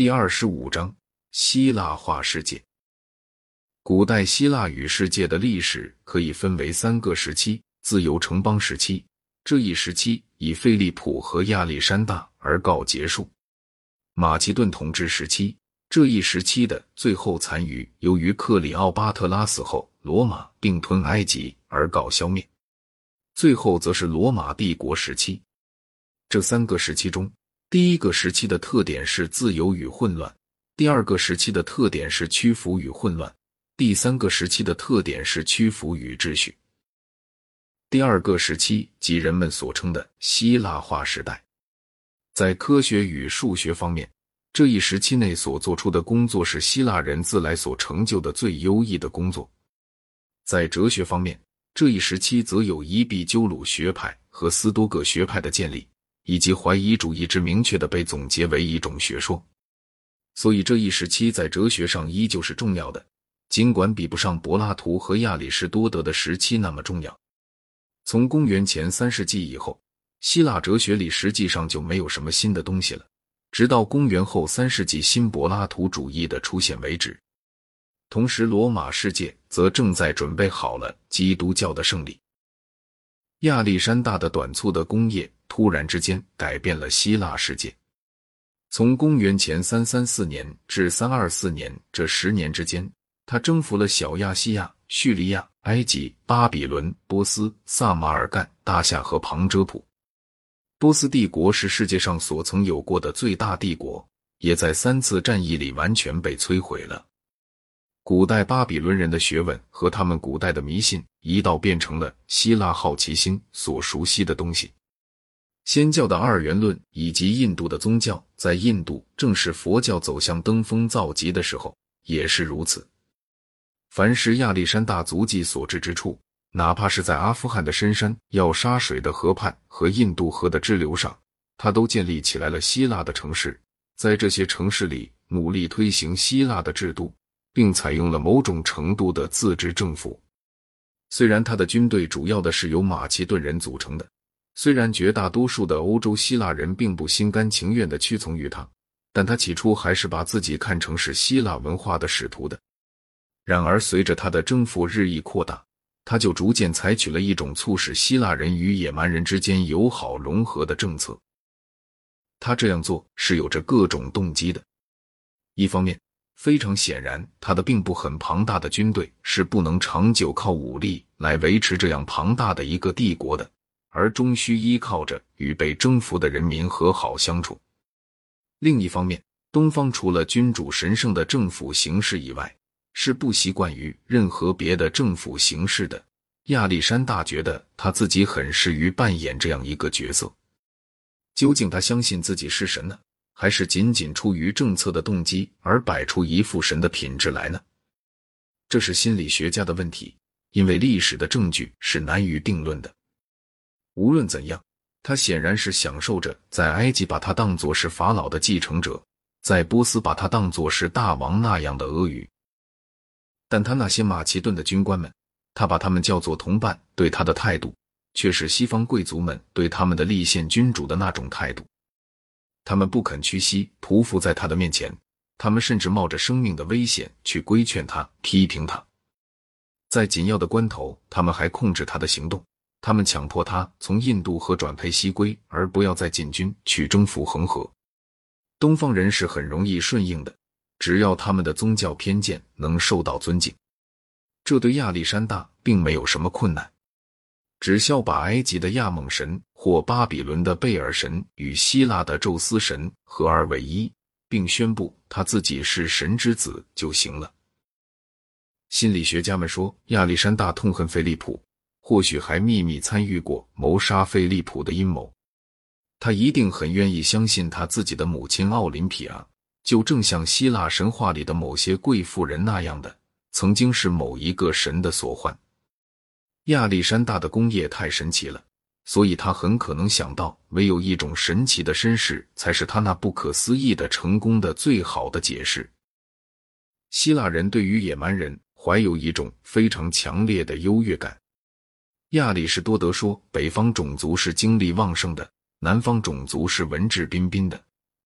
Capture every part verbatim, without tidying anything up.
第二十五章希腊化世界。古代希腊与世界的历史可以分为三个时期：自由城邦时期，这一时期以菲利普和亚历山大而告结束；马其顿统治时期，这一时期的最后残余由于克里奥巴特拉死后，罗马并吞埃及而告消灭；最后则是罗马帝国时期。这三个时期中，第一个时期的特点是自由与混乱，第二个时期的特点是屈服与混乱，第三个时期的特点是屈服与秩序。第二个时期即人们所称的希腊化时代。在科学与数学方面，这一时期内所做出的工作是希腊人自来所成就的最优异的工作。在哲学方面，这一时期则有伊壁鸠鲁学派和斯多葛学派的建立，以及怀疑主义之明确地被总结为一种学说。所以这一时期在哲学上依旧是重要的，尽管比不上柏拉图和亚里士多德的时期那么重要。从公元前三世纪以后，希腊哲学里实际上就没有什么新的东西了，直到公元后三世纪新柏拉图主义的出现为止。同时罗马世界则正在准备好了基督教的胜利。亚历山大的短促的工业突然之间改变了希腊世界。从公元前三三四年至三二四年这十年之间，他征服了小亚细亚、叙利亚、埃及、巴比伦、波斯、萨马尔干、大夏和旁遮普。波斯帝国是世界上所曾有过的最大帝国，也在三次战役里完全被摧毁了。古代巴比伦人的学问和他们古代的迷信一道变成了希腊好奇心所熟悉的东西。先教的二元论以及印度的宗教，在印度正是佛教走向登峰造极的时候，也是如此。凡是亚历山大足迹所至之处，哪怕是在阿富汗的深山、要沙水的河畔和印度河的支流上，他都建立起来了希腊的城市，在这些城市里努力推行希腊的制度，并采用了某种程度的自治政府。虽然他的军队主要的是由马其顿人组成的，虽然绝大多数的欧洲希腊人并不心甘情愿地屈从于他，但他起初还是把自己看成是希腊文化的使徒的。然而随着他的征服日益扩大，他就逐渐采取了一种促使希腊人与野蛮人之间友好融合的政策。他这样做是有着各种动机的。一方面，非常显然，他的并不很庞大的军队是不能长久靠武力来维持这样庞大的一个帝国的，而终需依靠着与被征服的人民和好相处。另一方面，东方除了君主神圣的政府形式以外，是不习惯于任何别的政府形式的。亚历山大觉得他自己很适于扮演这样一个角色。究竟他相信自己是神呢，还是仅仅出于政策的动机而摆出一副神的品质来呢？这是心理学家的问题，因为历史的证据是难于定论的。无论怎样，他显然是享受着在埃及把他当作是法老的继承者，在波斯把他当作是大王那样的阿谀。但他那些马其顿的军官们，他把他们叫做同伴，对他的态度却是西方贵族们对他们的立宪君主的那种态度。他们不肯屈膝匍匐在他的面前，他们甚至冒着生命的危险去规劝他、批评他。在紧要的关头，他们还控制他的行动，他们强迫他从印度河转配西归，而不要再进军去征服恒河。东方人是很容易顺应的，只要他们的宗教偏见能受到尊敬。这对亚历山大并没有什么困难，只需把埃及的亚蒙神或巴比伦的贝尔神与希腊的宙斯神合二为一，并宣布他自己是神之子就行了。心理学家们说，亚历山大痛恨菲利普，或许还秘密参与过谋杀菲利普的阴谋。他一定很愿意相信他自己的母亲奥林匹亚，就正像希腊神话里的某些贵妇人那样的，曾经是某一个神的所唤。亚历山大的工业太神奇了，所以他很可能想到，唯有一种神奇的身世才是他那不可思议的成功的最好的解释。希腊人对于野蛮人怀有一种非常强烈的优越感。亚里士多德说，北方种族是精力旺盛的，南方种族是文质彬彬的，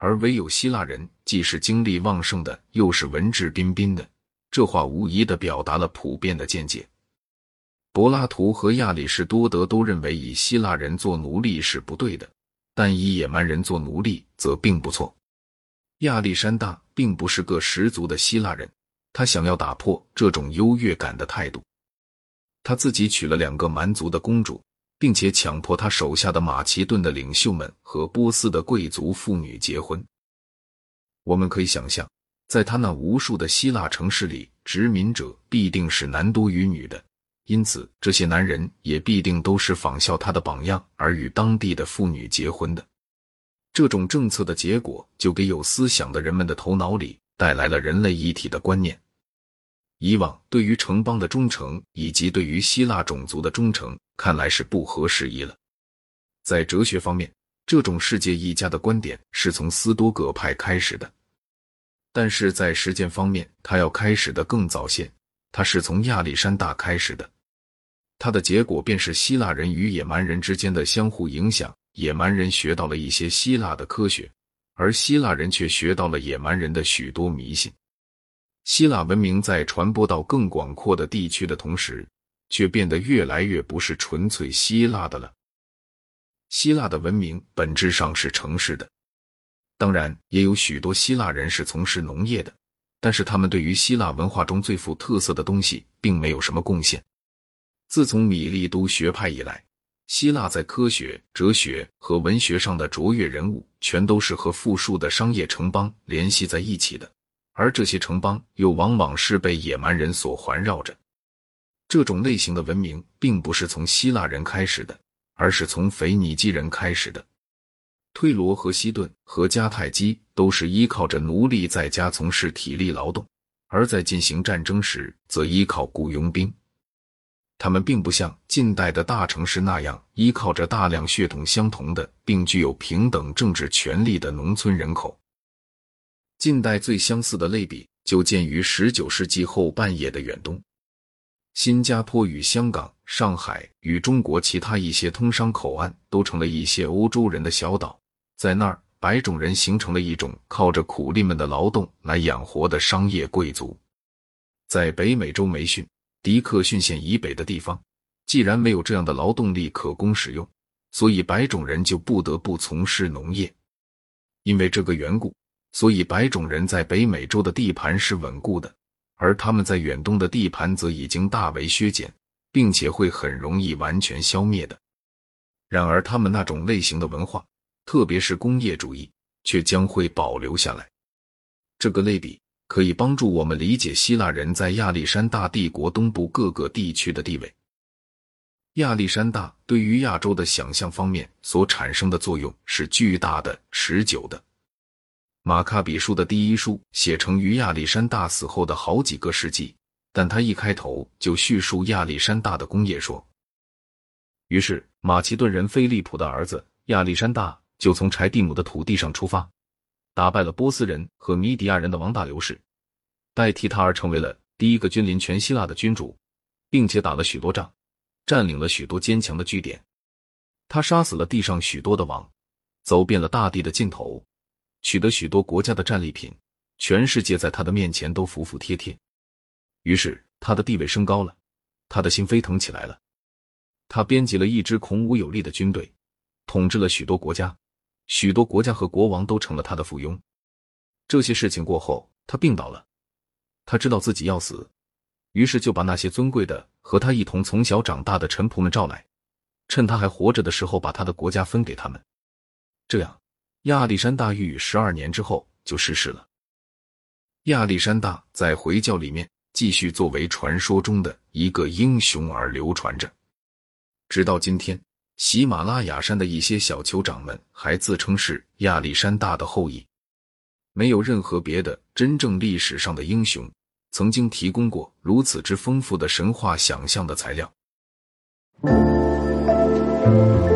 而唯有希腊人既是精力旺盛的，又是文质彬彬的。这话无疑地表达了普遍的见解。柏拉图和亚里士多德都认为以希腊人做奴隶是不对的，但以野蛮人做奴隶则并不错。亚历山大并不是个十足的希腊人，他想要打破这种优越感的态度。他自己娶了两个蛮族的公主，并且强迫他手下的马其顿的领袖们和波斯的贵族妇女结婚。我们可以想象，在他那无数的希腊城市里，殖民者必定是男多于女的，因此这些男人也必定都是仿效他的榜样而与当地的妇女结婚的。这种政策的结果就给有思想的人们的头脑里带来了人类一体的观念。以往对于城邦的忠诚以及对于希腊种族的忠诚看来是不合时宜了。在哲学方面，这种世界一家的观点是从斯多葛派开始的，但是在实践方面，他要开始的更早些，他是从亚历山大开始的。他的结果便是希腊人与野蛮人之间的相互影响，野蛮人学到了一些希腊的科学，而希腊人却学到了野蛮人的许多迷信。希腊文明在传播到更广阔的地区的同时，却变得越来越不是纯粹希腊的了。希腊的文明本质上是城市的，当然也有许多希腊人是从事农业的，但是他们对于希腊文化中最富特色的东西并没有什么贡献。自从米利都学派以来，希腊在科学、哲学和文学上的卓越人物全都是和富庶的商业城邦联系在一起的，而这些城邦又往往是被野蛮人所环绕着。这种类型的文明并不是从希腊人开始的，而是从腓尼基人开始的。推罗和西顿和迦太基都是依靠着奴隶在家从事体力劳动，而在进行战争时则依靠雇佣兵。他们并不像近代的大城市那样依靠着大量血统相同的并具有平等政治权利的农村人口。近代最相似的类比就见于十九世纪后半叶的远东。新加坡与香港、上海与中国其他一些通商口岸都成了一些欧洲人的小岛，在那儿白种人形成了一种靠着苦力们的劳动来养活的商业贵族。在北美洲梅逊、迪克逊县以北的地方，既然没有这样的劳动力可供使用，所以白种人就不得不从事农业。因为这个缘故，所以白种人在北美洲的地盘是稳固的，而他们在远东的地盘则已经大为削减，并且会很容易完全消灭的。然而他们那种类型的文化，特别是工业主义，却将会保留下来。这个类比可以帮助我们理解希腊人在亚历山大帝国东部各个地区的地位。亚历山大对于亚洲的想象方面所产生的作用是巨大的、持久的。马卡比书的第一书写成于亚历山大死后的好几个世纪，但他一开头就叙述亚历山大的功业说，于是马其顿人菲利普的儿子亚历山大就从柴蒂姆的土地上出发，打败了波斯人和米底亚人的王大流士，代替他而成为了第一个君临全希腊的君主，并且打了许多仗，占领了许多坚强的据点。他杀死了地上许多的王，走遍了大地的尽头，取得许多国家的战利品，全世界在他的面前都服服帖帖。于是他的地位升高了，他的心飞腾起来了。他编辑了一支孔武有力的军队，统治了许多国家，许多国家和国王都成了他的附庸。这些事情过后，他病倒了，他知道自己要死，于是就把那些尊贵的和他一同从小长大的臣仆们召来，趁他还活着的时候把他的国家分给他们。这样亚历山大御十二年之后就逝世了。亚历山大在回教里面继续作为传说中的一个英雄而流传着，直到今天，喜马拉雅山的一些小酋长们还自称是亚历山大的后裔。没有任何别的真正历史上的英雄曾经提供过如此之丰富的神话想象的材料。